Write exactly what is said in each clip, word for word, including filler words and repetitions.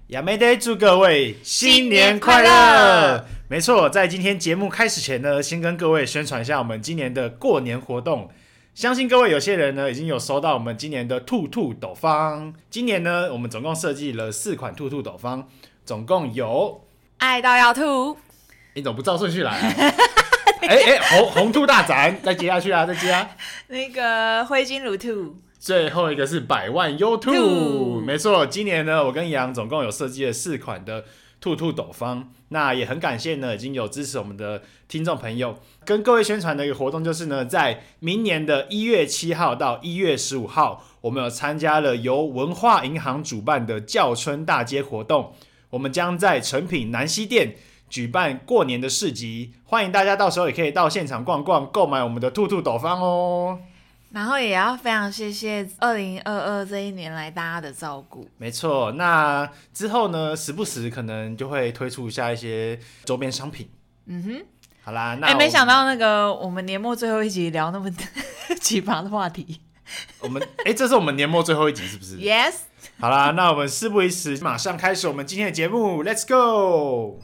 亚美得祝各位新年快乐！没错，在今天节目开始前呢，先跟各位宣传一下我们今年的过年活动。相信各位有些人呢已经有收到我们今年的兔兔斗方。今年呢，我们总共设计了四款兔兔斗方，总共有爱到要吐。 你怎么不照顺序来、啊？哎哎、欸，红红兔大展，再接下去啊，再接啊。 那个灰金乳兔。 最后一个是百万优兔，没错，今年呢，我跟杨总共有设计了四款的兔兔斗方，那也很感谢呢，已经有支持我们的听众朋友，跟各位宣传的一个活动就是呢，在明年的一月七号到一月十五号，我们有参加了由文化银行主办的叫春大街活动，我们将在诚品南西店举办过年的市集，欢迎大家到时候也可以到现场逛逛，购买我们的兔兔斗方哦。 然后也要非常谢谢二零二二这一年来大家的照顾。 没错，那之后呢，时不时可能就会推出一下一些周边商品。嗯哼，好啦，那哎、欸，没想到那个我们年末最后一集聊那么奇葩的话题。 我们哎、欸，这是我们年末最后一集是不是 ？Yes。 好啦，那我们事不宜迟，马上开始我们今天的节目 ，Let's go。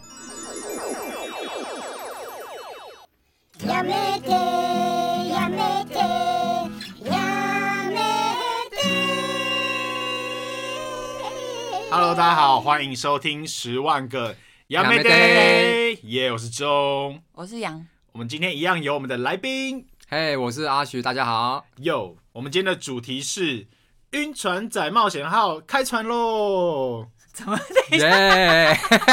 やめてやめてHello， 大家好，欢迎收听十万个亚美得耶，我是钟， 我是杨。 我们今天一样有我们的来宾， 嘿， hey, 我是阿徐，大家好。 哟，我们今天的主题是晕船仔冒险号开船喽！ 怎么等一下？ 哎、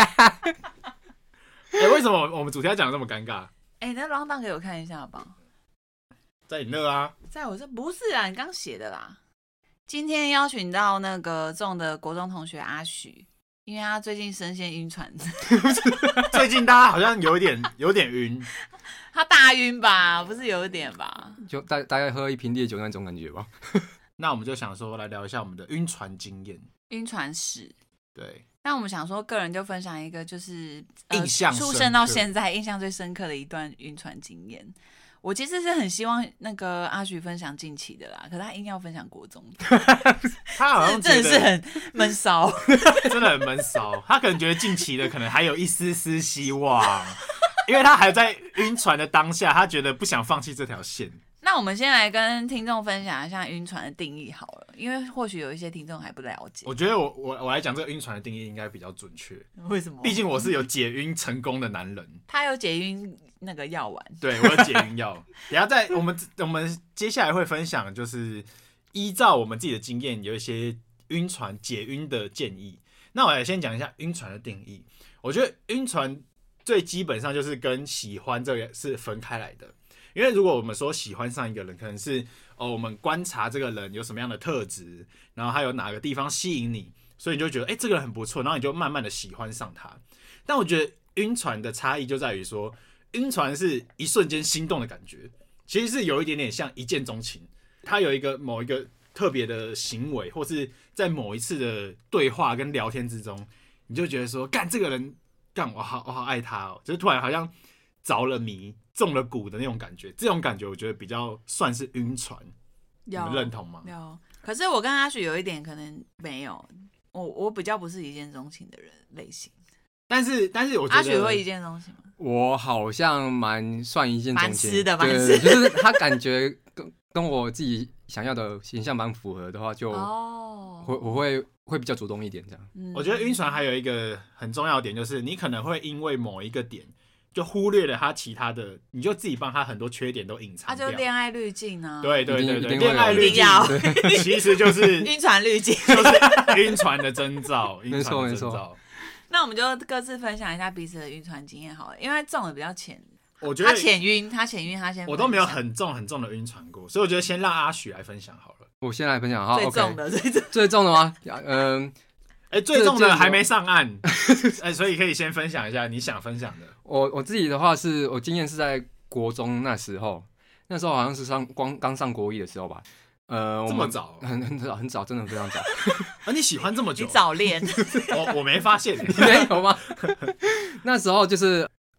欸，为什么我们主题要讲的这么尴尬？ 哎、欸，那 round down 给我看一下好不好？ 在你那啊？ 在我这不是啊，你刚写的啦。今天邀请到那个中的国中同学阿许，因为他最近深陷晕船。 最近大家好像有点有点晕， 他大晕吧？不是有一点吧？ 就大大概喝一瓶烈酒那种感觉吧。 那我们就想说来聊一下我们的晕船经验、 晕船史。 对。 那我们想说，个人就分享一个，就是、呃、 印象深刻出生到现在印象最深刻的一段晕船经验。我其实是很希望那个阿徐分享近期的啦，可是他硬要分享国中的， 他好像真的是很闷骚， 真的很闷骚。他可能觉得近期的可能还有一丝丝希望，因为他还在晕船的当下，他觉得不想放弃这条线。 那我们先来跟听众分享一下晕船的定义好了，因为或许有一些听众还不了解。 我觉得我我我来讲这个晕船的定义应该比较准确。 为什么？ 毕竟我是有解晕成功的男人。 他有解晕那个药丸。对， 我有解晕药。等一下在我们我们接下来会分享，就是依照我们自己的经验，有一些晕船解晕的建议。那我来先讲一下晕船的定义。我觉得晕船最基本上就是跟喜欢这个是分开来的。因为如果我们说喜欢上一个人，可能是哦，我们观察这个人有什么样的特质，然后他有哪个地方吸引你，所以你就觉得哎、欸，这个人很不错，然后你就慢慢的喜欢上他。但我觉得晕船的差异就在于说，晕船是一瞬间心动的感觉，其实是有一点点像一见钟情。他有一个某一个特别的行为，或是在某一次的对话跟聊天之中，你就觉得说，干这个人，干我好我好爱他哦，就是突然好像着了迷。中了蛊的那种感觉，这种感觉我觉得比较算是晕船，你们认同吗？ 有，可是我跟阿许有一点可能没有，我我比较不是一见钟情的人类型。 但是但是我觉得阿许会一见钟情吗？ 我好像蛮算一见钟情， 蛮吃的，蛮吃的，就是他感觉跟跟我自己想要的形象蛮符合的话，就哦，我我会会比较主动一点这样。 嗯、我觉得晕船还有一个很重要的点，就是你可能会因为某一个点。就忽略了他其他的，你就自己帮他很多缺点都隐藏掉。 他、啊、就恋爱滤镜啊。 对对对对，恋爱滤镜其实就是晕船滤镜， 就是晕船的征兆。 没错没错。 那我们就各自分享一下彼此的晕船经验好了，因为中的比较浅。 我觉得他浅晕，他浅晕，他先。 我都没有很重很重的晕船过，所以我觉得先让阿许来分享好了。 我先来分享，好， 最重的， okay, 最重最重的吗？嗯。 哎、欸，最重的还没上岸，哎、欸，所以可以先分享一下你想分享的。 我我自己的话是，我经验是在国中那时候，那时候好像是上刚刚上国一的时候吧。呃， 这么早？ 很很早，很早，真的非常早。 啊，你喜欢这么久？ 你早恋？ 我我没发现， 没有吗？那时候就是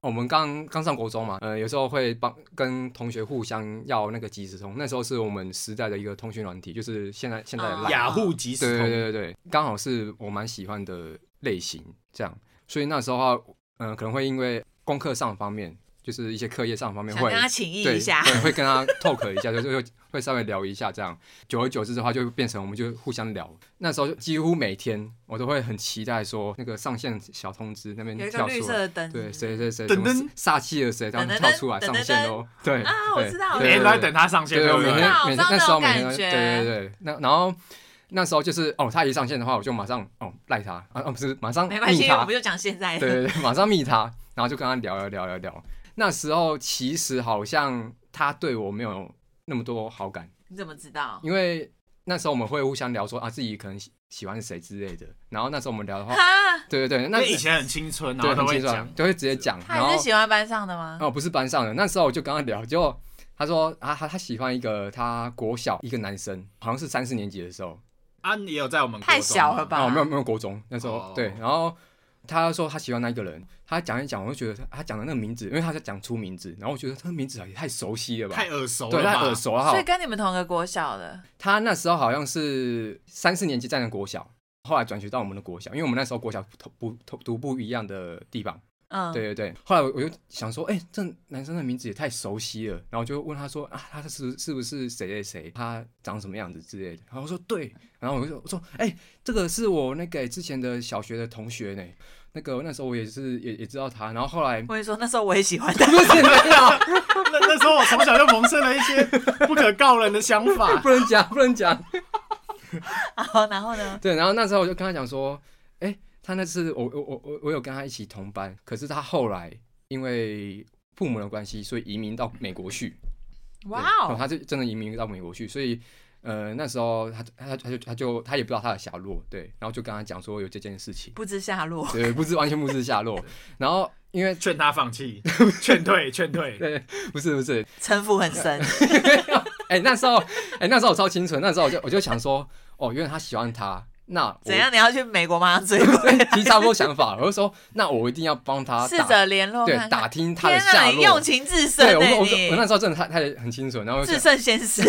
我们刚刚上国中嘛，呃，有时候会帮跟同学互相要那个即时通，那时候是我们时代的一个通讯软体，就是现在现在的 Line 雅虎即时通， 对对对对，刚好是我蛮喜欢的类型，这样，所以那时候嗯、呃，可能会因为功课上方面，就是一些课业上方面会想跟他请益一下， 对，会跟他 talk 一下，就是会会稍微聊一下，这样，久而久之的话，就变成我们就互相聊。那时候就几乎每天我都会很期待说，那个上线小通知那边有一个跳出来， 绿色的灯， 对，谁谁谁， 噔噔煞气的谁，然后跳出来上线喽，对啊，我知道， 每天都在等他上线， 对， 对每天每天那时候每天， 对对对对，那然后。那时候就是哦，他一上线的话，我就马上哦赖他啊，哦不是马上密他， 没关系，我们就讲现在的， 对对对，马上密他，然后就跟他聊聊聊聊聊。那时候其实好像他对我没有那么多好感， 你怎么知道？ 因为那时候我们会互相聊说啊自己可能喜欢谁之类的，然后那时候我们聊的话，对对对，那以前很青春，然后都会讲， 都会直接讲。 他也是喜欢班上的吗？ 哦，不是班上的，那时候我就跟他聊，结果他说啊他他喜欢一个他国小一个男生，好像是三四年级的时候。 啊，也有在我们太小了吧？ 哦，没有没有国中那时候、 哦、 对，然后他说他喜欢那个人，他讲一讲，我就觉得他讲的那个名字，因为他在讲出名字，然后我觉得他的名字也太熟悉了吧， 太耳熟了吧， 对，太耳熟了。 所以跟你们同个国小的。 他那时候好像是三四年级在那国小，后来转学到我们的国小，因为我们那时候国小不读不一样的地方。嗯，对对对。后来我就想说，哎、欸，这男生的名字也太熟悉了，然后就问他说啊，他是是不是谁谁谁？他长什么样子之类的？然后我说对，然后我就我说，哎、欸，这个是我那个之前的小学的同学呢。那个那时候我也是也也知道他，然后后来我跟你说，那时候我也喜欢他， 不是没有， 那那时候我从小就萌生了一些不可告人的想法， 不能讲不能讲。 好，然后呢？ 对，然后那时候我就跟他讲说，哎、欸。他那次我我我我有跟他一起同班，可是他后来因为父母的关系，所以移民到美国去。 哇哦 Wow！他就真的移民到美国去，所以呃那时候他他他就他就他也不知道他的下落，对，然后就跟他讲说有这件事情， 不知下落， 对，不知完全不知下落。然后因为劝他放弃，劝退劝退， 对，不是不是， 城府很深。 哎、欸，那时候哎、欸、那时候我超清纯，那时候我就我就想说，哦，原来他喜欢他。那怎样？你要去美国马上追回？ 其实差不多想法，我就说，那我一定要帮他试着联络， 对，打听他的下落。 天啊，你用情至深、欸， 对，我我我那时候真的太太很清楚，然后至圣先师。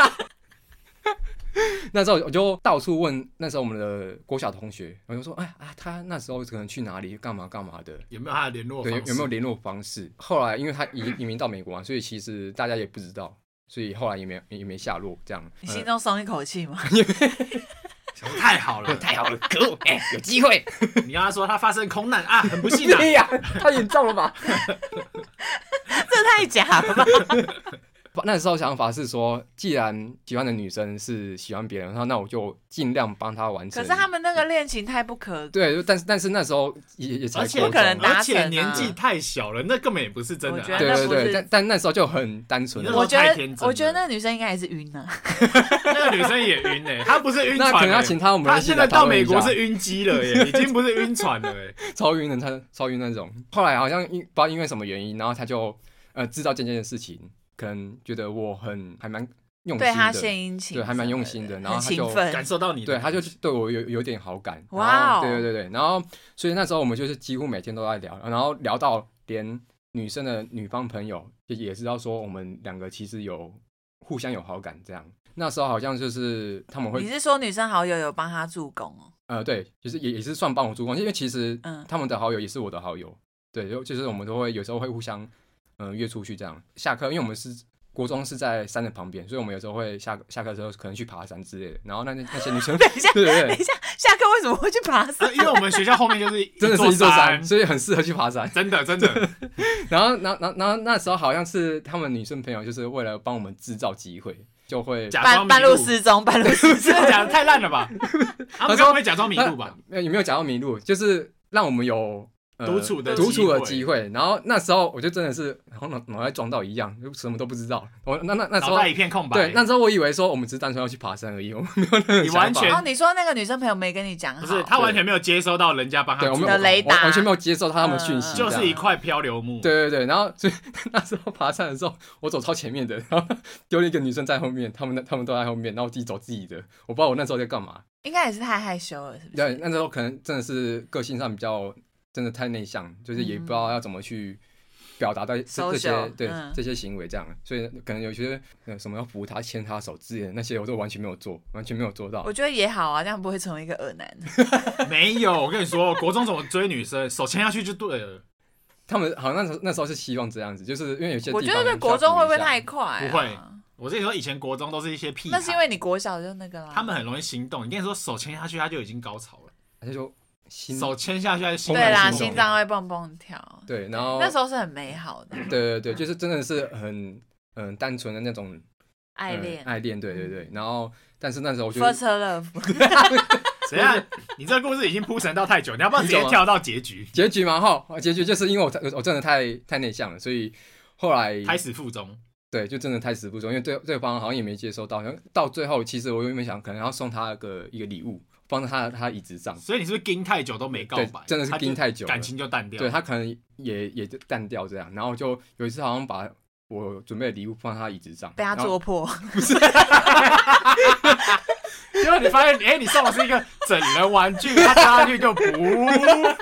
那时候我就到处问，那时候我们的国小同学，我就说，哎啊，他那时候可能去哪里，干嘛干嘛的， 有没有他的联络方式？ 对，有没有联络方式？后来因为他移移民到美国嘛，所以其实大家也不知道，所以后来也没也没下落，这样。 你心中松一口气吗？ 太好了， 太好了，可恶！哎、欸，有机会。 你跟他说他发生空难啊，很不幸啊。 对呀，太严重了吧？ 这太假了吧？ 那时候想法是说，既然喜欢的女生是喜欢别人，那我就尽量帮她完成。 可是他们那个恋情太不可对，但是但是那时候也也才而且不可能达成、啊， 而且年纪太小了，那根本也不是真的、啊。 我觉对得对对，但但那时候就很单纯。 我觉得我觉得那个女生应该也是晕了， 那个女生也晕哎、欸，她不是晕船、欸， 那可能要请她我们她现在到美国是晕机了耶、欸，已经不是晕船了哎、欸， 超晕的，她超晕那种。后来好像因不知道因为什么原因，然后她就呃知道这件事情。可能觉得我很还蛮用心的， 对他献殷勤， 对，还蛮用心的，然后他就感受到你的， 对，他就对我有有点好感， 哇、wow ， 对对对对，然后所以那时候我们就是几乎每天都在聊，然后聊到连女生的女方朋友也也知道说我们两个其实有互相有好感这样。那时候好像就是他们会， 你是说女生好友有帮他助攻哦？ 呃，对，就是也也是算帮我助攻，因为其实他们的好友也是我的好友，对，就就是我们都会有时候会互相。嗯，约出去这样，下课，因为我们是国中是在山的旁边，所以我们有时候会下下课之后可能去爬山之类的。然后那那些女生， 等一下， 对对对， 等一下，下课为什么会去爬山？ 因为我们学校后面就是真的是一座山，所以很适合去爬山， 真的真的。 然后，然后，然后，然后那时候好像是他们女生朋友，就是为了帮我们制造机会，就会假装半路失踪，半路失踪， 讲的太烂了吧？他们该不会假装迷路吧？ 没有，也没有假装迷路，就是让我们有。 呃、独处的独处的机会，然后那时候我就真的是好像脑袋撞到一样，就什么都不知道。我那那那时候脑袋一片空白。 对，那时候我以为说我们只是单纯要去爬山而已，我们没有那个你完全哦，你说那个女生朋友没跟你讲好， 不是他完全没有接收到人家帮他的雷达， 完全没有接收到他们讯息， 就是一块漂流木。 对对对，然后所以那时候爬山的时候，我走超前面的，然后丢了一个女生在后面，他们他们都在后面，然后我自己走自己的，我不知道我那时候在干嘛。 应该也是太害羞了，是不是？ 对，那时候可能真的是个性上比较。真的太内向，就是也不知道要怎么去表达的这这些对、 嗯、 这些行为这样，所以可能有些什么要扶他、牵他手之类的那些，我都完全没有做，完全没有做到。 我觉得也好啊，这样不会成为一个恶男。 没有，我跟你说，国中怎么追女生，手牵下去就对了。 他们好像那时候那时候是希望这样子，就是因为有些地方我觉得对国中会不会太快、啊？ 不会。我跟你说，以前国中都是一些屁孩， 那是因为你国小就那个啦。 他们很容易心动。你跟你说手牵下去，他就已经高潮了。 他就说手牵下去，他就心对啦，心脏会蹦蹦跳。 对，然后那时候是很美好的。 对对对，就是真的是很嗯单纯的那种爱恋、 嗯，爱恋，对对对。然后，但是那时候我就 first love。 怎样？你这个故事已经铺陈到太久，你要不要直接跳到结局？ 结局嘛，哈，结局就是因为我我真的太太内向了，所以后来胎死腹中。 对，就真的胎死腹中，因为对对方好像也没接收到，到最后其实我原本想可能要送他一个一个礼物，放在他他的椅子上。 所以你是不是盯太久都没告白？ 真的是盯太久， 感情就淡掉。 对他可能也也淡掉这样，然后就有一次好像把我准备的礼物放在他椅子上， 被他戳破。 不是。 结果你发现，哎、欸，你送的是一个整人玩具，他插上去就噗。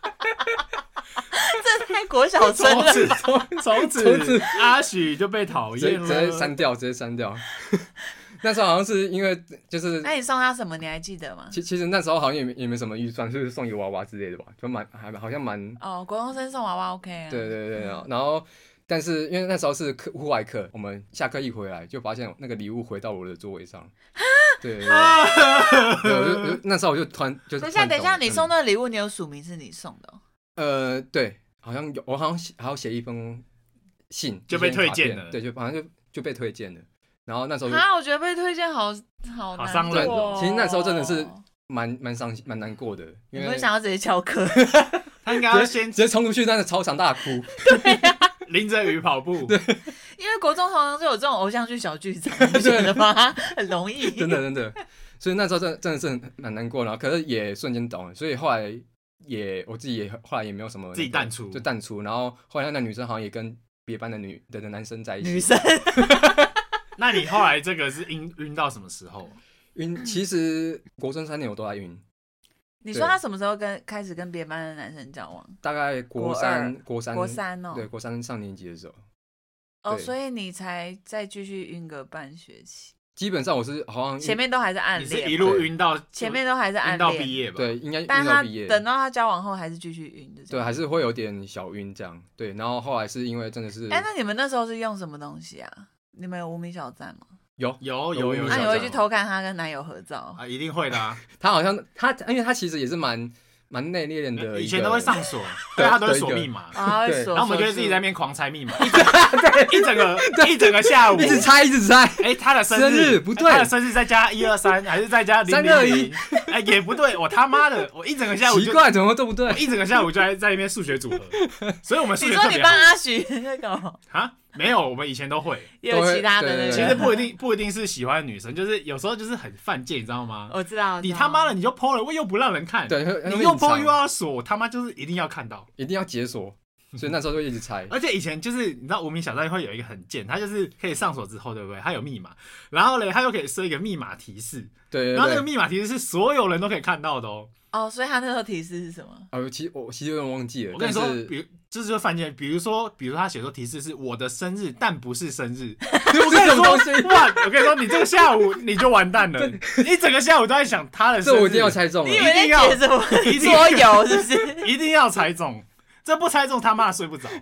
这太国小生了。 从此，从此，阿许就被讨厌了， 直接删掉，直接删掉。那时候好像是因为就是， 那你送他什么？你还记得吗？ 其其实那时候好像也没也没什么预算，就是送一个娃娃之类的吧，就蛮还好像蛮哦，国中生送娃娃 OK 啊。 对对对，嗯、然后但是因为那时候是课户外课，我们下课一回来就发现那个礼物回到我的座位上。对对对，对我就那时候我就突然就是。 等一下，等一下，你送那个礼物，你有署名是你送的、哦？ 呃，对，好像有，我好像还要写一封信， 就被推荐了， 对，就好像就就被推荐了。然后那时候啊，我觉得被推荐好好好伤人哦。 其实那时候真的是蛮蛮伤心、蛮难过的，因为你会想要直接翘课， 他应该要先直接冲出去，在那操场大哭。 对呀、啊， 淋着雨跑步。 对， 因为国中常常就有这种偶像剧小剧场，你觉得吗？很容易， 真的真的。所以那时候真真的是蛮难过，然后可是也瞬间懂了，所以后来也我自己也后来也没有什么、那個、 自己淡出， 就淡出，然后后来那女生好像也跟别班的女的的男生在一起。 女生。 那你后来这个是晕晕到什么时候？ 晕，其实国中三年我都在晕。 你说他什么时候跟开始跟别班的男生交往？ 大概国三，国三， 国三哦， 对，国三上年级的时候。 哦，所以你才再继续晕个半学期。 基本上我是好像前面都还是暗恋， 你是一路晕到前面都还是暗恋到毕业吧？ 对，应该晕但他到毕业。 等到他交往后还是继续晕的。 对，还是会有点小晕这样。对，然后后来是因为真的是， 哎、欸，那你们那时候是用什么东西啊？你们有无名小站吗？ 有有有有。 那、啊、你会去偷看他跟男友合照啊？一定会的啊。 他好像他，因为他其实也是蛮。蛮内敛的， 以前都会上锁，对，他都会锁密码， 啊， 然后我们就会自己在那边狂猜密码，一整个一整个下午， 一直猜一直猜。 哎，他的生日不对， 他的生日再加一二三，还是再加零零零？哎，也不对，我他妈的，我一整个下午奇怪，怎么都不对， 我一整个下午就在在那边数学组合，所以我们数学你说你帮阿许那个啊？没有，我们以前都会， 也有其他的那个， 其实不一定不一定是喜欢的女生，就是有时候就是很犯贱，你知道吗？ 我知道， 你他妈的你就 po 了，我又不让人看， 对， 你又 po 又要锁，他妈就是一定要看到， 一定要解锁，所以那时候就一直猜。 而且以前就是你知道无名小站会有一个很贱，它就是可以上锁之后，对不对？它有密码，然后嘞，它又可以设一个密码提示， 对, 对, 对， 然后那个密码提示是所有人都可以看到的哦。 哦，所以他那时候提示是什么？ 哦，其实我其实有点忘记了。 我跟你说，比如就是就犯贱，比如说，比如说他写说提示是我的生日，但不是生日。我跟你说，哇！我跟你说，你这个下午你就完蛋了，你一整个下午都在想他的生日。 这我一定要猜中了， 你以为在解什么桌游是不是？ 一定要猜中，这不猜中他妈的睡不着。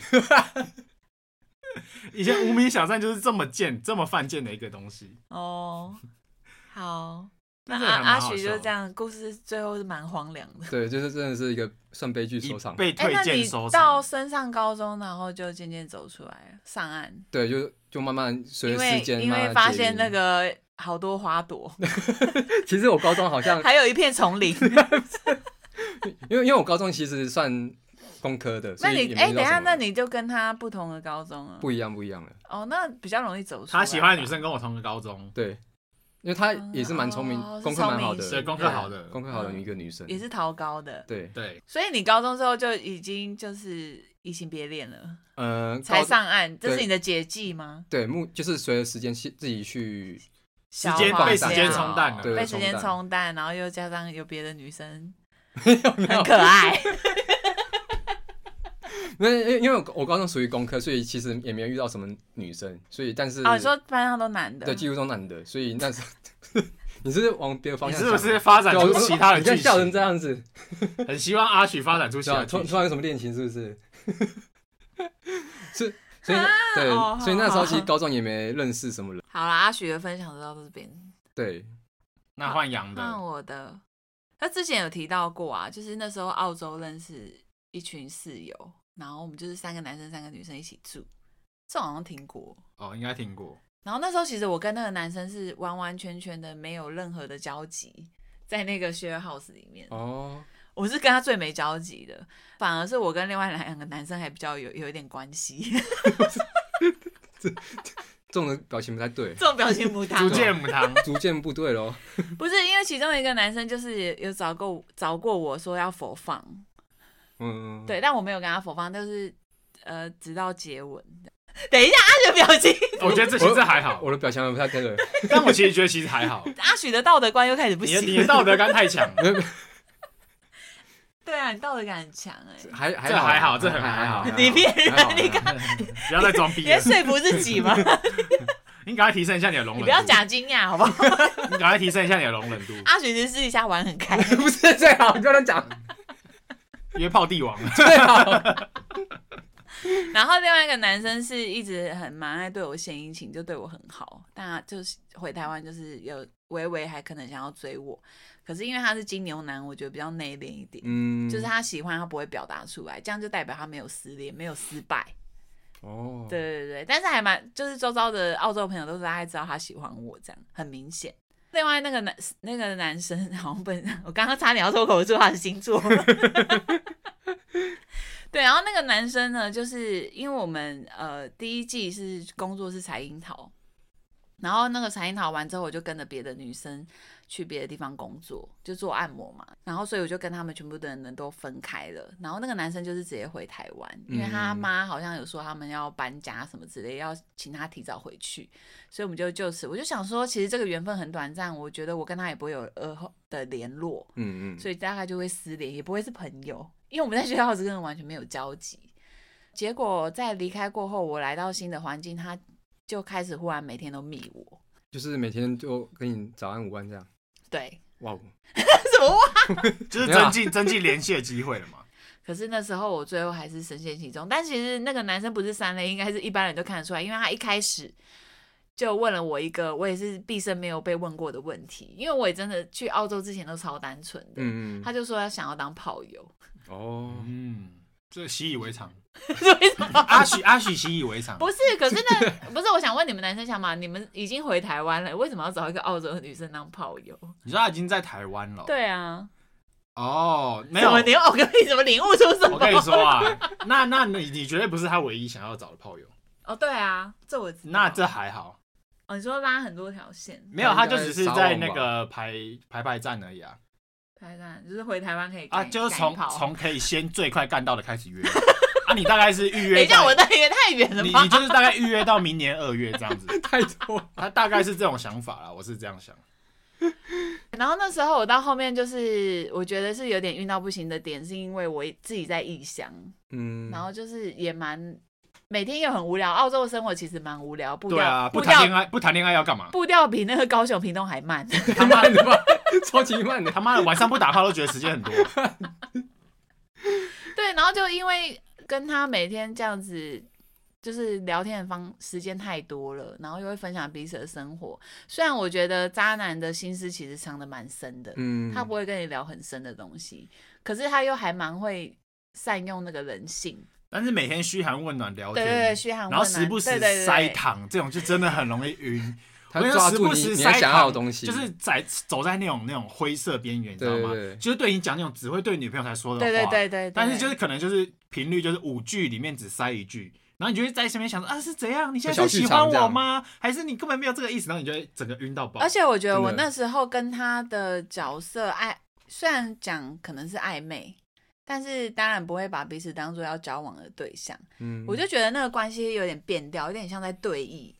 以前无名小站就是这么贱、这么犯贱的一个东西。 哦，好。那阿阿许就这样，故事最后是蛮荒凉的。 对，就是真的是一个算悲剧收场， 被推荐收场。 欸、到升上高中，然后就渐渐走出来上岸。 对，就就慢慢随着时间， 因为发现那个好多花朵。 其实我高中好像还有一片丛林。 因为因为我高中其实算工科的， 那你哎、欸，等一下，那你就跟他不同的高中了。 不一样，不一样了。 哦，那比较容易走出来。 他喜欢的女生跟我同个高中。 对。因为她也是蛮聪明， 哦、 功课蛮好的， 对，功课好的， 功课好的一个女生， 也是桃高的， 对对。 所以你高中之后就已经就是移情别恋了， 呃， 才上岸，这是你的解剂吗？ 对，目就是随着时间自己去， 时间被时间冲淡了， 被时间冲淡，然后又加上有别的女生， 没有没有很可爱。 因为因为我我高中属于工科，所以其实也没有遇到什么女生，所以但是哦，你说班上都男的， 对，几乎都男的，所以那时候你是往别的方向想， 你是不是发展出其他的剧情？ 你笑成这样子， 很希望阿许发展出其他的剧情。 突然有什么恋情是不是？是，所以、 啊、 对、 哦， 所以那时候其实高中也没认识什么人。 好啦，阿许的分享就到这边。 对， 那换杨的， 换我的。他之前有提到过啊，就是那时候澳洲认识一群室友，然后我们就是三个男生三个女生一起住，这好像听过哦，应该听过。 然后那时候其实我跟那个男生是完完全全的没有任何的交集，在那个 share house 里面哦， 我是跟他最没交集的，反而是我跟另外两个男生还比较有有一点关系。 这种表情不太对， 这种表情母汤， 逐渐母汤， 逐渐不对咯。 不是因为其中一个男生就是有找过找过我说要否放，嗯，对，但我没有跟他否放，就是呃，直到接吻。等一下，阿许的表情， 我觉得这其实还好， 我的表情不太对， 但我其实觉得其实还好。 阿许的道德观又开始不行， 你的道德感太强了。 对啊，你道德感很强哎、欸， 还还这还好，这很还好。 你骗人，你看， 不要再装逼了， 你在说服自己吗？ 你赶快提升一下你的容忍度， 你不要假惊讶好不好？ 你赶快提升一下你的容忍度。 阿许是私底下玩很开， 不是最好，你不要乱讲。 约炮帝王最好。 然后另外一个男生是一直很蛮爱对我献殷勤，就对我很好，但他就是回台湾就是有微微还可能想要追我，可是因为他是金牛男，我觉得比较内敛一点，嗯，就是他喜欢他不会表达出来，这样就代表他没有失恋，没有失败。哦，对对对，但是还蛮就是周遭的澳洲朋友都是大概知道他喜欢我，这样很明显。另外那个男那个男生好像不能，我刚刚差点要脱口说他的星座。对，然后那个男生呢，就是因为我们呃第一季是工作是采樱桃，然后那个采樱桃完之后，我就跟着别的女生去别的地方工作，就做按摩嘛，然后所以我就跟他们全部的人都分开了，然后那个男生就是直接回台湾，因为他妈好像有说他们要搬家什么之类，要请他提早回去，所以我们就就此，我就想说，其实这个缘分很短暂，我觉得我跟他也不会有而后的联络，嗯嗯，所以大概就会失联，也不会是朋友。因为我们在学校是根本完全没有交集，结果在离开过后，我来到新的环境，他就开始忽然每天都密我， 就是每天就跟你早安午安这样。 对， 哇， 什么哇？ 就是增进增进联系的机会了嘛。 可是那时候我最后还是深陷其中，但其实那个男生不是三类，应该是一般人都看得出来，因为他一开始就问了我一个我也是毕生没有被问过的问题，因为我也真的去澳洲之前都超单纯的，嗯、他就说他想要当炮友。 哦，嗯，这习以为常。 为什么？ 阿许阿许习以为常。 不是，可是那不是我想问你们男生想嘛？你们已经回台湾了，为什么要找一个澳洲的女生当炮友？ 你说他已经在台湾了？ 对啊。 哦，没有。 什么你我跟你怎么领悟出什么？ 我跟你说啊，那那你你绝对不是他唯一想要找的炮友。 哦，对啊，这我知道。 那这还好。 哦，你说拉很多条线？ 没有，他就只是在那个排排排站而已啊。 排站就是回台湾可以啊，就是从从可以先最快干到的开始约啊，你大概是预约。 等一下，我那也太远了吧？ 你你就是大概预约到明年二月这样子， 太多。 他大概是这种想法啦，我是这样想。 然后那时候我到后面就是我觉得是有点晕到不行的点，是因为我自己在异乡，嗯，然后就是也蛮。每天又很无聊，澳洲的生活其实蛮无聊。步调对啊，不谈恋爱，不谈恋爱要干嘛？ 步调比那个高雄、屏东还慢， 他妈的吧，超级慢的。 他妈的，晚上不打炮都觉得时间很多。 对，然后就因为跟他每天这样子，就是聊天的方时间太多了，然后又会分享彼此的生活。虽然我觉得渣男的心思其实藏得蛮深的，嗯，他不会跟你聊很深的东西，可是他又还蛮会善用那个人性。 但是每天嘘寒问暖聊天， 对对对，嘘寒问暖， 然后时不时塞糖，这种就真的很容易晕。 他抓住你你想要的东西， 就是在走在那种那种灰色边缘，你知道吗？就是对你讲那种只会对女朋友才说的话， 对对对对。 但是就是可能就是频率就是五句里面只塞一句，然后你就会在身边想说啊是怎样？你现在是喜欢我吗？还是你根本没有这个意思？然后你就会整个晕到爆。 而且我觉得我那时候跟他的角色暧，虽然讲可能是暧昧。但是当然不会把彼此当作要交往的对象，嗯，我就觉得那个关系有点变调，有点像在对弈，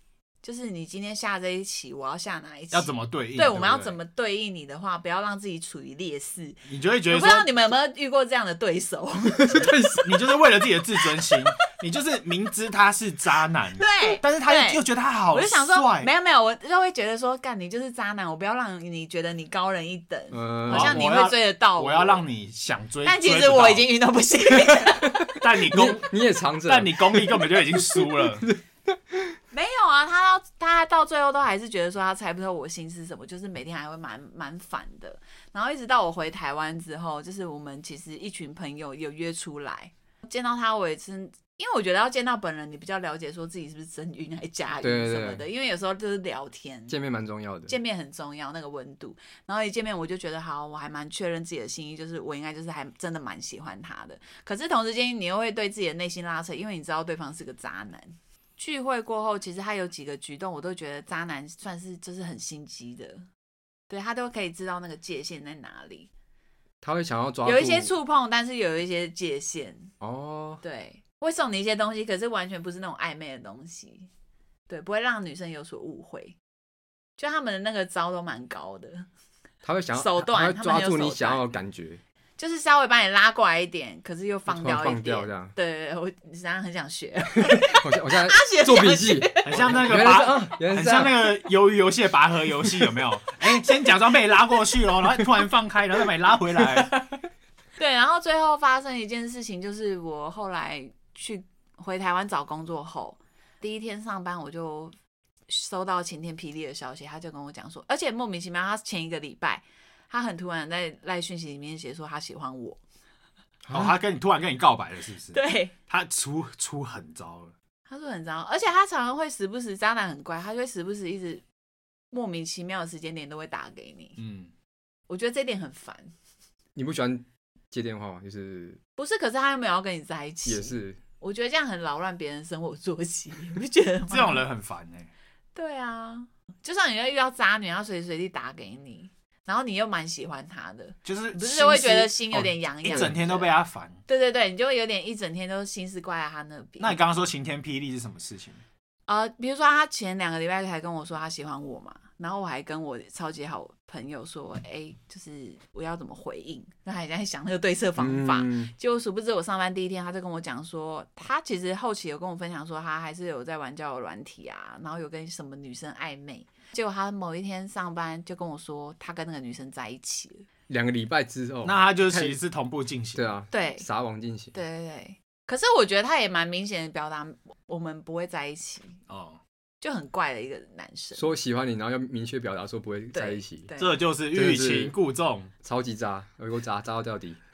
就是你今天下这一棋，我要下哪一棋？ 要怎么对应？ 对， 对， 我们要怎么对应你的话，不要让自己处于劣势。 你就会觉得说， 我不知道你们有没有遇过这样的对手？ 你就是为了自己的自尊心，你就是明知他是渣男， 对， 但是他又又觉得他好帅， 我就想说，没有没有，我就会觉得说，干你就是渣男，我不要让你觉得你高人一等，嗯、好像你会追得到我， 我要让你想追， 但其实我已经晕到不行。 但你功你也藏着， 但你功力根本就已经输了。 没有啊，他到他到最后都还是觉得说他猜不透我心是什么，就是每天还会蛮蛮烦的。然后一直到我回台湾之后，就是我们其实一群朋友有约出来，见到他我也是，因为我觉得要见到本人，你比较了解说自己是不是真晕还是假晕什么的。对对对，因为有时候就是聊天， 见面蛮重要的， 见面很重要那个温度。然后一见面我就觉得好，我还蛮确认自己的心意，就是我应该就是还真的蛮喜欢他的。可是同时间你又会对自己的内心拉扯，因为你知道对方是个渣男。聚会过后，其实他有几个举动，我都觉得渣男算是就是很心机的，对他都可以知道那个界限在哪里。 他会想要抓住， 有一些触碰，但是有一些界限。 哦， 对，会送你一些东西，可是完全不是那种暧昧的东西，对，不会让女生有所误会。就他们的那个招都蛮高的， 他会想要手段， 他会抓住你想要的感觉。 就是稍微把你拉过来一点，可是又放掉一点， 放掉这样。 对对对，我实际上很想学。 我我现在做笔记， 很像那个拔，很像那个鱿鱼游戏的拔河游戏，有没有？哎、欸，先假装被你拉过去咯，然后突然放开，然后再把你拉回来。 对，然后最后发生一件事情，就是我后来去回台湾找工作后，第一天上班我就收到晴天霹雳的消息，他就跟我讲说，而且莫名其妙，他前一个礼拜。他很突然在赖讯息里面写说他喜欢我， 哦，他跟你突然跟你告白了，是不是？ 对， 他出出狠招了。 他说很糟，而且他常常会时不时，渣男很乖，他就会时不时一直莫名其妙的时间点都会打给你。嗯，我觉得这点很烦。 你不喜欢接电话吗？就是不是？可是他又没有要跟你在一起， 也是。 我觉得这样很扰乱别人生活作息，你不觉得吗？ 这种人很烦哎、欸。 对啊，就像你要遇到渣女，他随时随地打给你。然后你又蛮喜欢他的， 就是不是会觉得心有点痒痒、 哦，一整天都被他烦。 对对对，你就会有点一整天都心思挂在他那边。 那你刚刚说晴天霹雳是什么事情？ 呃，比如说他前两个礼拜才跟我说他喜欢我嘛，然后我还跟我超级好朋友说，哎，就是我要怎么回应，那还在想那个对策方法。嗯、结果殊不知我上班第一天，他就跟我讲说，他其实后期有跟我分享说，他还是有在玩交友软体啊，然后有跟什么女生暧昧。结果他某一天上班就跟我说，他跟那个女生在一起了。 两个礼拜之后， 那他就其实是同步进行。 对啊， 对， 撒网进行。 对对对。可是我觉得他也蛮明显的表达，我们不会在一起。哦，就很怪的一个男生。 说喜欢你，然后要明确表达说不会在一起， 这就是欲擒故纵， 超级渣，有够渣，渣到到底。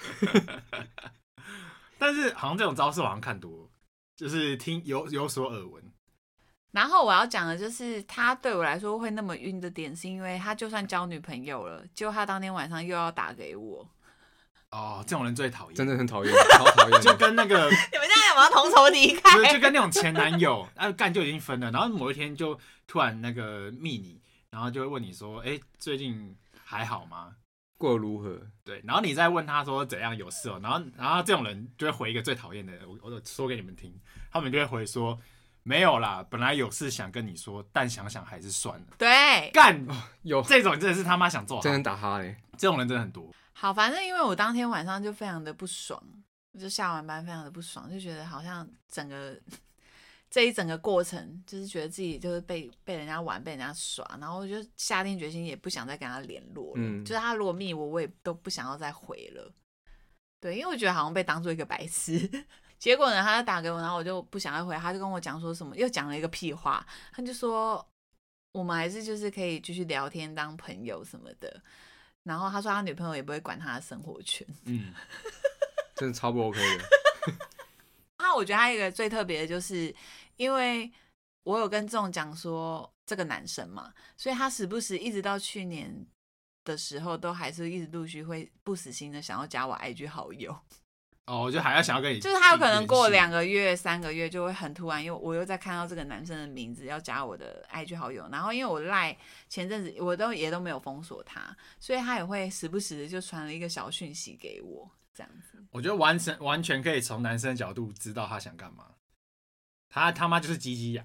但是好像这种招式我好像看多，就是听有有所耳闻。 然后我要讲的就是，他对我来说会那么晕的点，是因为他就算交女朋友了，结果他当天晚上又要打给我。 哦，这种人最讨厌， 真的很讨厌，超讨厌。 就跟那个你们这样有没有同仇敌忾？ 就跟那种前男友，啊干就已经分了，然后某一天就突然那个密你，然后就会问你说，哎，最近还好吗？ 过得如何？ 对，然后你再问他说怎样，有事哦，然后然后这种人就会回一个最讨厌的，我我说给你们听，他们就会回说。没有啦，本来有事想跟你说，但想想还是算了。 对， 干、 哦、有这种真的是他妈想做好， 真的打哈嘞， 这种人真的很多。 好，反正因为我当天晚上就非常的不爽，就下完班非常的不爽，就觉得好像整个这一整个过程，就是觉得自己就是被被人家玩，被人家耍，然后我就下定决心也不想再跟他联络了。嗯，就是他如果密我，我也都不想要再回了。对，因为我觉得好像被当做一个白痴。结果呢，他就打给我，然后我就不想再回，他就跟我讲说什么，又讲了一个屁话，他就说我们还是就是可以继续聊天当朋友什么的，然后他说他女朋友也不会管他的生活圈，嗯， 真的超不 OK 的。 那我觉得他一个最特别的就是，因为我有跟这种讲说这个男生嘛，所以他时不时一直到去年的时候，都还是一直陆续会不死心的想要加我 I G 好友。 哦，我就还要想要跟你， 就是他有可能过两个月、三个月就会很突然，因为我又在看到这个男生的名字要加我的 I G 好友，然后因为我赖前阵子我都也都没有封锁他，所以他也会时不时的就传了一个小讯息给我，这样子。 我觉得完全完全可以从男生的角度知道他想干嘛，他他妈就是鸡鸡痒，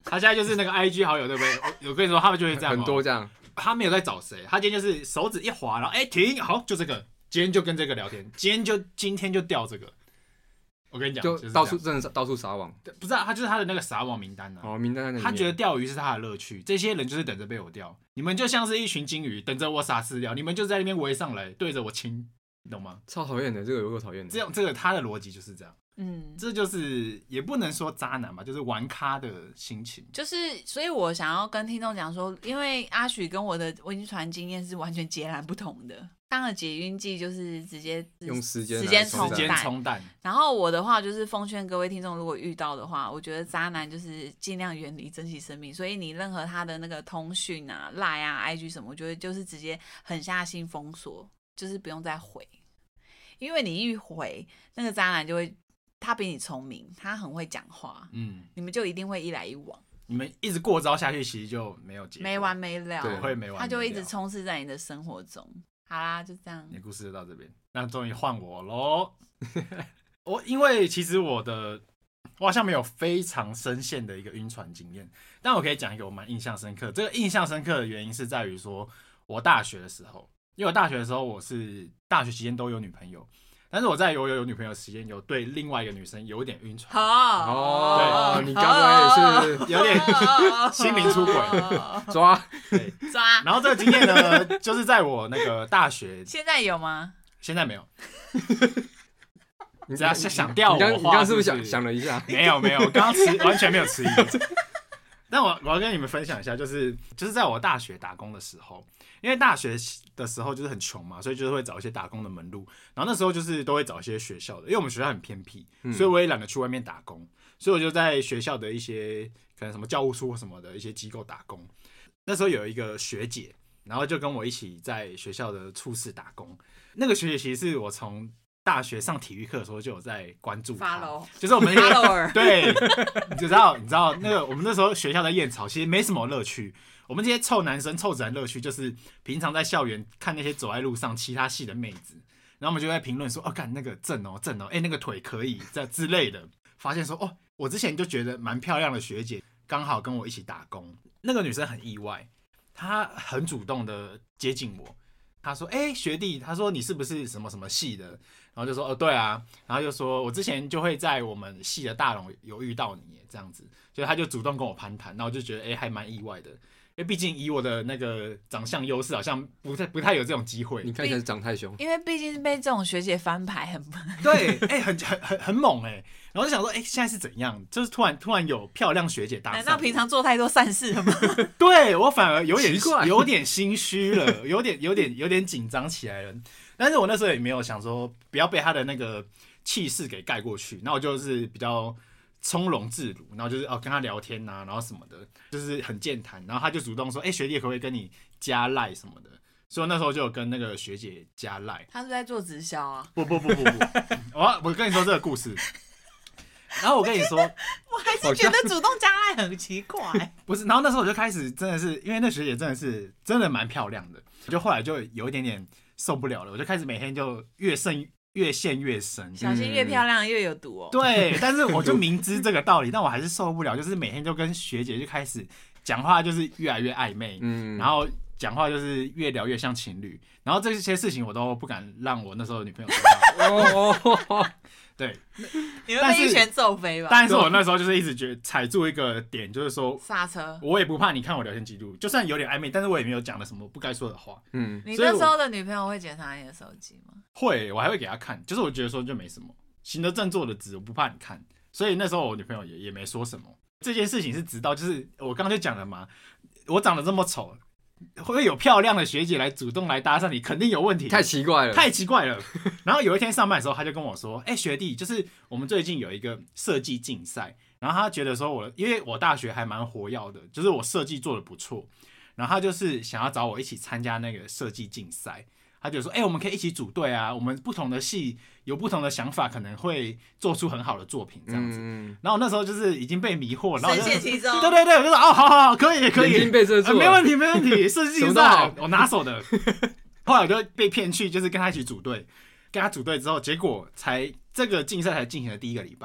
他现在就是那个 I G 好友，对不对？我我跟你说，他们就会这样、喔， 很多这样。 他没有在找谁，他今天就是手指一滑，然后哎、欸、停，好，就这个，今天就跟这个聊天，今天就今天就钓这个。我跟你讲， 就就是到处真的到处撒网， 不是啊，他就是他的那个撒网名单啊。 哦，名单在那里面。 他觉得钓鱼是他的乐趣，这些人就是等着被我钓，你们就像是一群金鱼，等着我撒饲料，你们就在那边围上来，对着我亲，你懂吗？ 超讨厌的，这个有够讨厌的。 这样，这个他的逻辑就是这样。 嗯， 这就是也不能说渣男吧，就是玩咖的心情。 就是，所以我想要跟听众讲说，因为阿许跟我的晕船经验是完全截然不同的。当了解晕剂就是直接用时间时间冲淡，冲淡。 然后我的话就是奉劝各位听众，如果遇到的话，我觉得渣男就是尽量远离，珍惜生命。所以你任何他的那个通讯啊、赖啊、I G 什么，我觉得就是直接狠下心封锁，就是不用再回，因为你一回，那个渣男就会。他比你聪明，他很会讲话，嗯，你们就一定会一来一往。 你们一直过招下去，其实就没有结果， 没完没了， 对，会没完没了。 他就一直充斥在你的生活中。好啦，就这样。 你的故事就到这边，那终于换我喽。我因为其实我的我好像没有非常深陷的一个晕船经验，但我可以讲一个我蛮印象深刻。这个印象深刻的原因是在于说，我大学的时候，因为我大学的时候我是大学期间都有女朋友。但是我在有有有女朋友的时间，有对另外一个女生有一点晕船。 哦，对，你刚刚也是有点心灵出轨， 抓， 对抓。 然后这个经验呢，就是在我那个大学， 现在有吗？ 现在没有。你只要想钓我， 你刚你刚是不是想想了一下？ 没有没有，我刚刚迟完全没有迟疑。但我我要跟你们分享一下，就是就是在我大学打工的时候。因为大学的时候就是很穷嘛，所以就是会找一些打工的门路。然后那时候就是都会找一些学校的，因为我们学校很偏僻，所以我也懒得去外面打工，所以我就在学校的一些可能什么教务处什么的一些机构打工。那时候有一个学姐，然后就跟我一起在学校的处室打工。那个学姐其实是我从大学上体育课的时候就有在关注她，就是我们那个对，你知道你知道那个我们那时候学校在燕巢，其实没什么乐趣。我们这些臭男生、臭直男乐趣就是平常在校园看那些走在路上其他系的妹子，然后我们就在评论说：“哦，干那个正哦正哦，哎、欸、那个腿可以这之类的。”发现说：“哦，我之前就觉得蛮漂亮的学姐，刚好跟我一起打工。那个女生很意外，她很主动的接近我。她说：‘哎、欸，学弟，她说你是不是什么什么系的？’然后就说：‘哦，对啊。’然后就说我之前就会在我们系的大楼有遇到你这样子，所以她就主动跟我攀谈，然后我就觉得哎、欸、还蛮意外的。”因为毕竟以我的那个长相优势，好像不太不太有这种机会。 你看起来长太凶， 因为毕竟是被这种学姐翻牌很对，哎、欸，很很很很猛哎、欸。然后就想说，哎、欸，现在是怎样？就是突然突然有漂亮学姐搭讪， 难道平常做太多善事了吗？ 对我反而有点有点心虚了，有点有点有点紧张起来了。但是我那时候也没有想说不要被她的那个气势给盖过去，那我就是比较。从容自如，然后就是哦跟他聊天呐、啊，然后什么的，就是很健谈。然后他就主动说：“哎、欸，学弟可不可以跟你加赖什么的？”所以我那时候就有跟那个学姐加赖。 他是在做直销啊？ 不不不不不，我我跟你说这个故事。然后我跟你说， 我还是觉得主动加赖很奇怪。 不是，然后那时候我就开始真的是，因为那学姐真的是真的蛮漂亮的，就后来就有一点点受不了了，我就开始每天就越渗。越陷越深， 小心越漂亮越有毒哦。 对，但是我就明知这个道理，但我还是受不了，就是每天就跟学姐就开始讲话，就是越来越暧昧，嗯，然后讲话就是越聊越像情侣，然后这些事情我都不敢让我那时候的女朋友知道。哦，对， 你会被一拳揍飞吧？ 但是我那时候就是一直觉得踩住一个点，就是说刹车， 我也不怕你看我聊天记录，就算有点暧昧，但是我也没有讲了什么不该说的话。 嗯，你那时候的女朋友会检查你的手机吗？ 会，我还会给她看，就是我觉得说就没什么，行得正坐得直，我不怕你看。所以那时候我女朋友也也没说什么。这件事情是直到就是我刚刚就讲了嘛，我长得这么丑。会有漂亮的学姐来主动来搭讪你，肯定有问题， 太奇怪了， 太奇怪了。然后有一天上班的时候，他就跟我说：“哎、欸，学弟，就是我们最近有一个设计竞赛，然后他觉得说我，因为我大学还蛮活跃的，就是我设计做的不错，然后他就是想要找我一起参加那个设计竞赛。他就说：哎、欸，我们可以一起组队啊，我们不同的系有不同的想法，可能会做出很好的作品这样子。嗯、然后我那时候就是已经被迷惑，然后我就深陷其中。 对对对，我就说哦，好好好，可以可以， 眼睛被遮住了、 呃，没问题没问题，设计竞赛我拿手的。后来我就被骗去，就是跟他一起组队，跟他组队之后，结果才这个竞赛才进行了第一个礼拜，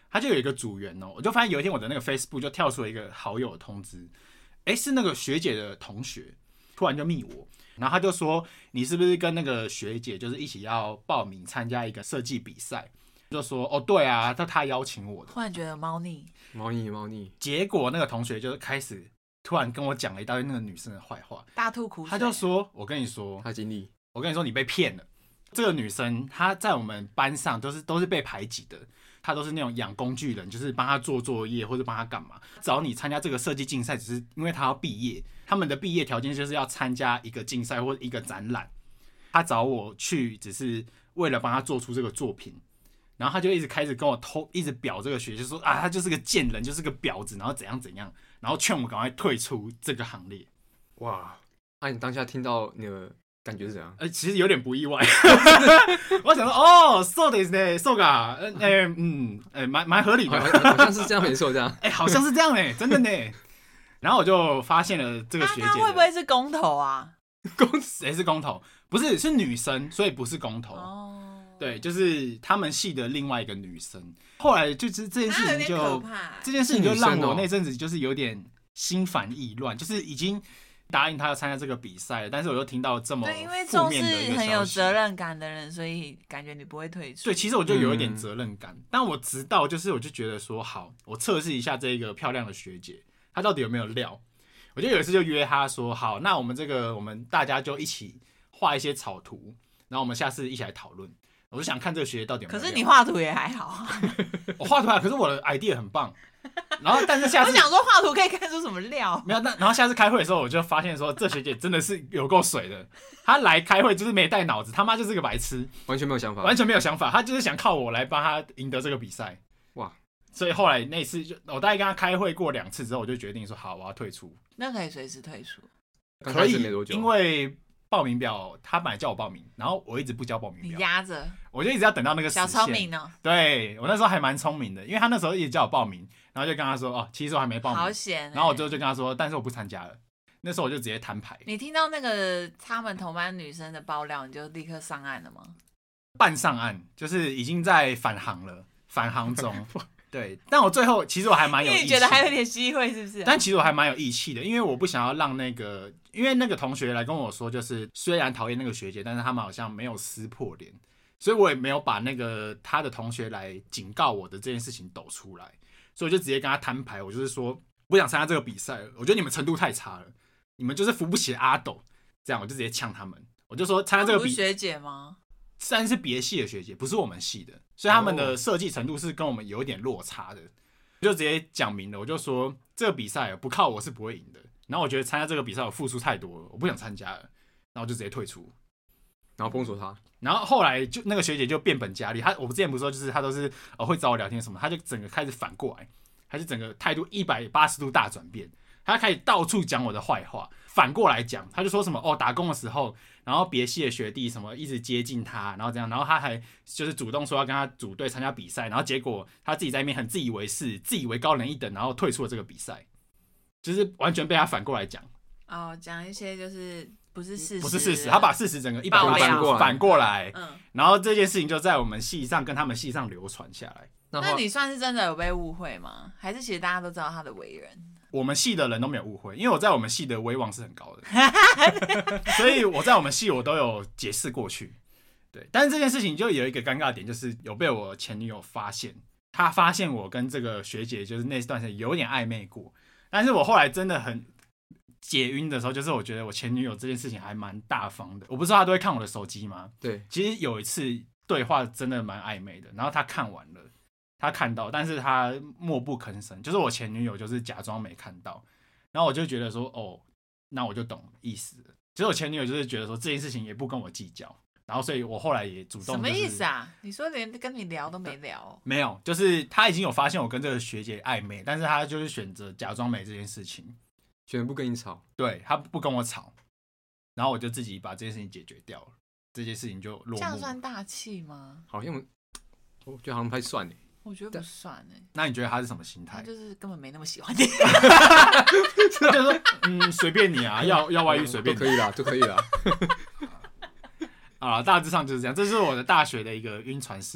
他就有一个组员哦，我就发现有一天我的那个 Facebook 就跳出了一个好友的通知，哎，是那个学姐的同学，突然就密我，然后他就说你是不是跟那个学姐就是一起要报名参加一个设计比赛？就说哦对啊，他他邀请我的。 突然觉得猫腻， 猫腻猫腻。 结果那个同学就开始突然跟我讲了一大堆那个女生的坏话， 大吐苦水。 他就说：“我跟你说， 他经历， 我跟你说，你被骗了。这个女生她在我们班上都是都是被排挤的，她都是那种养工具人，就是帮她做作业或者帮她干嘛。找你参加这个设计竞赛，只是因为她要毕业，他们的毕业条件就是要参加一个竞赛或者一个展览。她找我去，只是为了帮她做出这个作品。”然后他就一直开始跟我偷，一直表这个学姐，就说啊，他就是个贱人，就是个婊子，然后怎样怎样，然后劝我赶快退出这个行列。 哇！啊，你当下听到你的感觉是怎样？ 呃，其实有点不意外。我想说，哦，そうですね，そうか，呃，呃嗯，呃，蛮蛮合理的， 好像是这样没错，这样。 哎、欸，好像是这样哎，真的呢。然后我就发现了这个学姐、啊， 他会不会是公投啊？ 公谁是公投？不是，是女生，所以不是公投。哦。对，就是他们系的另外一个女生。后来就是这件事情就，这件事情就让我那阵子就是有点心烦意乱，就是已经答应他要参加这个比赛，但是我又听到这么对，因为负面的一个消息， 很有责任感的人，所以感觉你不会退出。 对，其实我就有一点责任感，嗯、但我直到就是我就觉得说，好，我测试一下这个漂亮的学姐，她到底有没有料。我就有一次就约她说，好，那我们这个我们大家就一起画一些草图，然后我们下次一起来讨论。我就想看这个学姐到底有没有料。 可是你画图也还好。 我画图还，可是我的 idea 很棒。然后，但是下次我想说画图可以看出什么料？ 没有，那然后下次开会的时候，我就发现说，这学姐真的是有够水的。她来开会就是没带脑子，他妈就是个白痴， 完全没有想法， 完全没有想法。她就是想靠我来帮她赢得这个比赛。哇！所以后来那次就我大概跟她开会过两次之后，我就决定说，好，我要退出。 那可以随时退出。 可以，因为报名表他本来叫我报名，然后我一直不交报名表， 你压着， 我就一直要等到那个时限。 小聪明哦。 对，我那时候还蛮聪明的，因为他那时候一直叫我报名，然后就跟他说哦，其实我还没报名， 好险、欸。 然后我就就跟他说，但是我不参加了。那时候我就直接摊牌。 你听到那个他们同班女生的爆料，你就立刻上岸了吗？ 半上岸，就是已经在返航了，返航中。对，但我最后其实我还蛮有义气的， 你觉得还有点机会是不是、啊？ 但其实我还蛮有义气的，因为我不想要让那个，因为那个同学来跟我说，就是虽然讨厌那个学姐，但是他们好像没有撕破脸，所以我也没有把那个他的同学来警告我的这件事情抖出来，所以我就直接跟他摊牌，我就是说不想参加这个比赛了，我觉得你们程度太差了，你们就是扶不起阿斗，这样我就直接呛他们，我就说参加这个比赛， 学姐吗？ 虽然是别系的学姐，不是我们系的，所以他们的设计程度是跟我们有一点落差的。我就直接讲明了，我就说这个比赛不靠我是不会赢的。然后我觉得参加这个比赛我付出太多了，我不想参加了，然后就直接退出， 然后封锁他。 然后后来就那个学姐就变本加厉，她我之前不是说就是她都是、呃、会找我聊天什么，她就整个开始反过来，她就整个态度一百八十度大转变，她开始到处讲我的坏话，反过来讲，她就说什么哦打工的时候。然后别系的学弟什么一直接近他，然后这样，然后他还就是主动说要跟他组队参加比赛，然后结果他自己在那边很自以为是，自以为高人一等，然后退出了这个比赛，就是完全被他反过来讲。 哦，讲一些就是不是事实， 不是事实，他把事实整个一百八十度反过来，嗯，然后这件事情就在我们系上跟他们系上流传下来。 那你算是真的有被误会吗？还是其实大家都知道他的为人？ 我们系的人都没有误会，因为我在我们系的威望是很高的，所以我在我们系我都有解释过去。对，但是这件事情就有一个尴尬点，就是有被我前女友发现，她发现我跟这个学姐就是那段时间有点暧昧过，但是我后来真的很解晕的时候，就是我觉得我前女友这件事情还蛮大方的。我不知道她都会看我的手机吗？ 对， 其实有一次对话真的蛮暧昧的，然后她看完了。他看到，但是他默不吭声，就是我前女友就是假装没看到，然后我就觉得说，哦，那我就懂意思了。其实我前女友就是觉得说这件事情也不跟我计较，然后所以我后来也主动、就是。什么意思啊？你说连跟你聊都没聊、哦？ 没有，就是他已经有发现我跟这个学姐暧昧，但是他就是选择假装没这件事情， 选择不跟你吵。 对，他不跟我吵，然后我就自己把这件事情解决掉了，这件事情就落幕。 这样算大气吗？ 好像我觉得好像不太算耶。 我觉得不算哎、欸， 那你觉得他是什么心态？ 他就是根本没那么喜欢你， 就是说，嗯，随便你啊，要要外遇随便都可以啦，都可以啦。 啊，大致上就是这样，这是我的大学的一个晕船事件。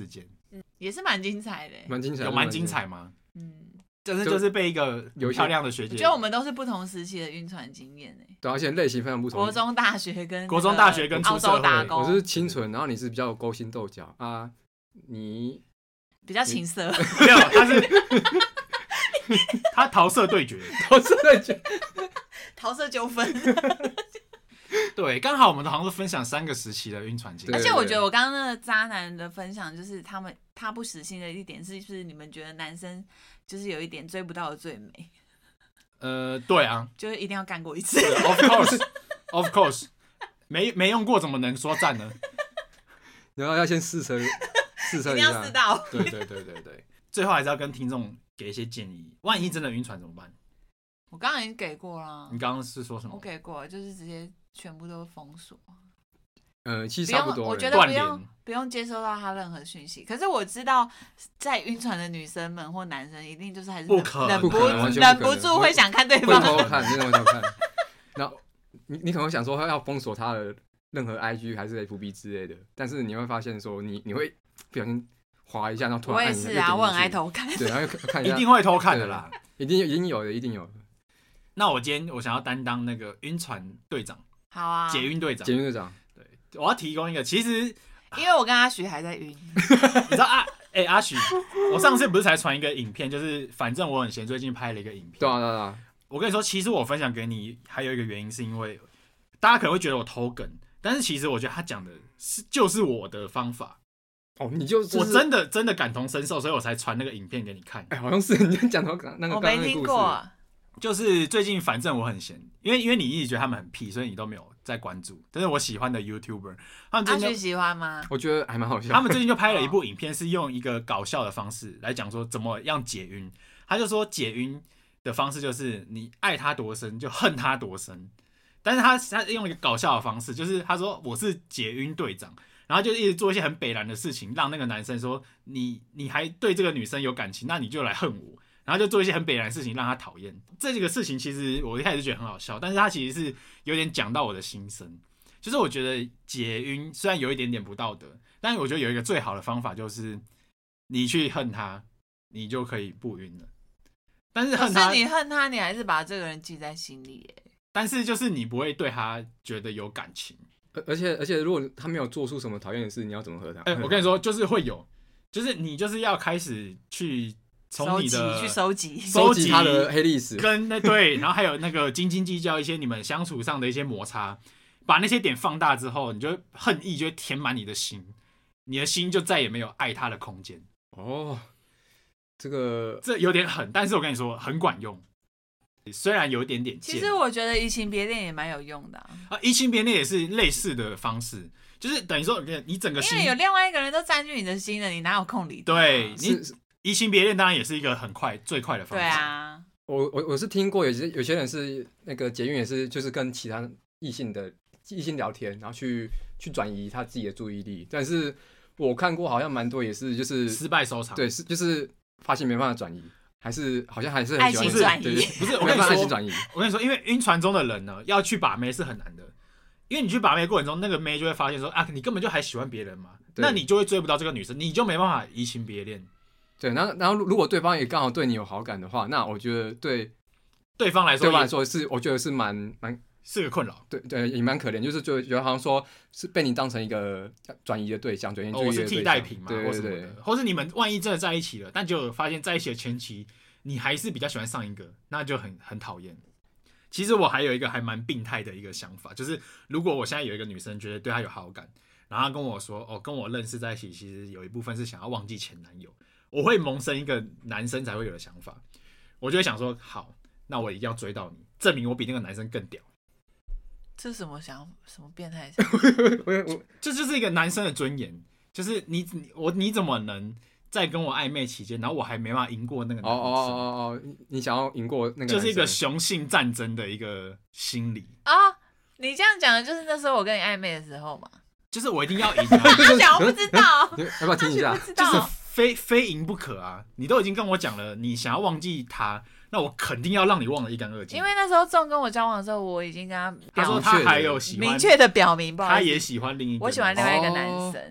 嗯，也是蛮精彩的， 蛮精彩， 有蛮精彩吗？ 嗯， 就是就是被一个漂亮的学姐， 我觉得我们都是不同时期的晕船经验诶。 对，而且类型非常不同。 国中、大学跟国中、大学跟澳洲打工， 我是清纯，然后你是比较勾心斗角啊，你比较情色， 没有，他是他桃色对决， 桃色对决， 桃色纠纷。 对，刚好我们好像是分享三个时期的晕船经历， 而且我觉得我刚刚那个渣男的分享，就是他们他不死心的一点是，就是你们觉得男生就是有一点追不到的最美。 呃，对啊， 就是一定要干过一次。 Of course，of course， 没没用过怎么能说赞呢？ 然后要先试车，试车一下， 一定要试到。 对对对对对，最后还是要跟听众给一些建议，万一真的晕船怎么办？ 我刚刚已经给过了。 你刚刚是说什么？ 我给过了，就是直接全部都封锁。 呃，其实差不多， 我觉得不用不用接收到他任何讯息。可是我知道，在晕船的女生们或男生，一定就是还是不可忍不忍忍不住会想看对方， 会偷看，真的会偷看。然后你你可能会想说要封锁他的任何 I G 还是 F B 之类的，但是你会发现说你你会不小心滑一下，然后突然按一下。 我也是啊，我很爱偷看。 对，然后看一下， 一定会偷看的啦， 一定一定有的，一定有的。 那我今天我想要担当那个晕船队长， 好啊， 解晕队长， 解晕队长。 对，我要提供一个，其实因为我跟阿许还在晕， 你知道啊？哎、欸，阿许，我上次不是才传一个影片，就是反正我很闲，最近拍了一个影片。 对啊对啊。 我跟你说，其实我分享给你还有一个原因，是因为大家可能会觉得我偷梗，但是其实我觉得他讲的是就是我的方法。 哦，你就、就是、 我真的真的感同身受，所以我才传那个影片给你看。 哎、欸，好像是你讲到那个， 我没听过。 就是最近反正我很闲，因为因为你一直觉得他们很屁，所以你都没有在关注。但是我喜欢的 YouTuber， 他们最近阿许喜欢吗？ 我觉得还蛮好笑。 他们最近就拍了一部影片，是用一个搞笑的方式来讲说怎么样解晕。他就说解晕的方式就是你爱他多深就恨他多深，但是他他用一个搞笑的方式，就是他说我是解晕队长，然后就一直做一些很北蓝的事情，让那个男生说你你还对这个女生有感情，那你就来恨我。然后就做一些很北蓝的事情让他讨厌。这个事情其实我一开始觉得很好笑，但是他其实是有点讲到我的心声。就是我觉得解晕虽然有一点点不道德，但是我觉得有一个最好的方法就是你去恨他，你就可以不晕了。但是恨他， 可是你恨他，你还是把这个人记在心里耶。 但是就是你不会对他觉得有感情。 而且而且如果他没有做出什么讨厌的事，你要怎么和他？ 哎、欸，我跟你说，就是会有，就是你就是要开始去。从你的去收集收集他的黑历史， 跟那对，然后还有那个斤斤计较一些你们相处上的一些摩擦，把那些点放大之后，你就恨意就会填满你的心，你的心就再也没有爱他的空间。 哦，这个这有点狠，但是我跟你说很管用，虽然有一点点贱。 其实我觉得移情别恋也蛮有用的啊， 啊移情别恋也是类似的方式，就是等于说你整个心， 因为有另外一个人都占据你的心了，你哪有空理他？ 对你。移情别恋当然也是一个很快最快的方法。 对啊， 我我我是听过有些有些人是那个解晕也是就是跟其他异性的异性聊天，然后去去转移他自己的注意力。但是我看过好像蛮多也是就是失败收场。 对，是就是发现没办法转移，还是好像还是很喜欢爱情转移。 对，不是我跟你说， 爱情转移。 我跟你说，因为晕船中的人呢，要去把妹是很难的。因为你去把妹的过程中，那个妹就会发现说啊，你根本就还喜欢别人嘛，那你就会追不到这个女生，你就没办法移情别恋。 对，然后然后如果对方也刚好对你有好感的话，那我觉得对对方来说， 对方来说是我觉得是蛮蛮是个困扰， 对对，也蛮可怜，就是觉得好像说是被你当成一个转移的对象，转移注意力的对象， 哦，是替代品嘛， 对对对， 或什么的，或是你们万一真的在一起了，但就发现在一起的前期你还是比较喜欢上一个，那就很很讨厌。其实我还有一个还蛮病态的一个想法，就是如果我现在有一个女生觉得对她有好感，然后她跟我说哦，跟我认识在一起，其实有一部分是想要忘记前男友。我会萌生一个男生才会有的想法，我就会想说，好，那我一定要追到你，证明我比那个男生更屌。 这是什么想什么变态想法？ 这就是一个男生的尊严，就是你我你怎么能在跟我暧昧期间，然后我还没办法赢过那个男生？ 哦哦哦哦，你想要赢过那个男生， 就是一个雄性战争的一个心理啊、哦！你这样讲的就是那时候我跟你暧昧的时候嘛？ 就是我一定要赢、啊。 他讲我不知道， 要不要听一下？ 就是非非赢不可啊！你都已经跟我讲了，你想要忘记他，那我肯定要让你忘得一干二净。 因为那时候仲跟我交往的时候，我已经跟他他说他还有喜欢明确的表明， 他也喜欢另一个， 我喜欢另外一个男生。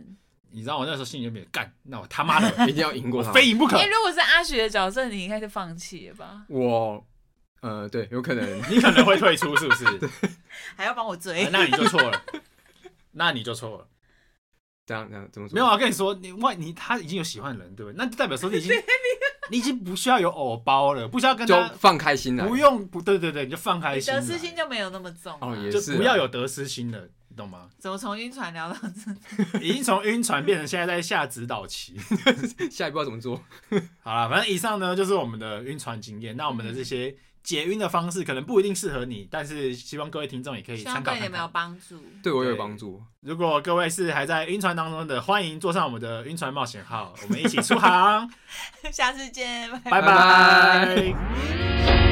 你知道我那时候心里就没干，那我他妈的一定要赢过他， 非赢不可。 哎、欸，如果是阿雪的角色，你应该就放弃了吧？ 我，呃，对，有可能， 你可能会退出，是不是？ 还要帮我追、 啊，那你就错了，那你就错了。 这样这样怎么说？ 没有啊，跟你说，你外你他已经有喜欢的人，对不对？那就代表说你已经你已经不需要有偶包了，不需要跟他就放开心了， 不用不对对对，你就放开心， 得失心就没有那么重、啊， 哦，也就是不要有得失心了。你懂吗？ 怎么从晕船聊到这？ 已经从晕船变成现在在下指导期， 下一步要怎么做？ 好啦，反正以上呢就是我们的晕船经验。那我们的这些解晕的方式可能不一定适合你，但是希望各位听众也可以参考看看， 希望对你们有帮助， 对我有帮助。 如果各位是还在晕船当中的，欢迎坐上我们的晕船冒险号，我们一起出航。 下次见， 拜拜。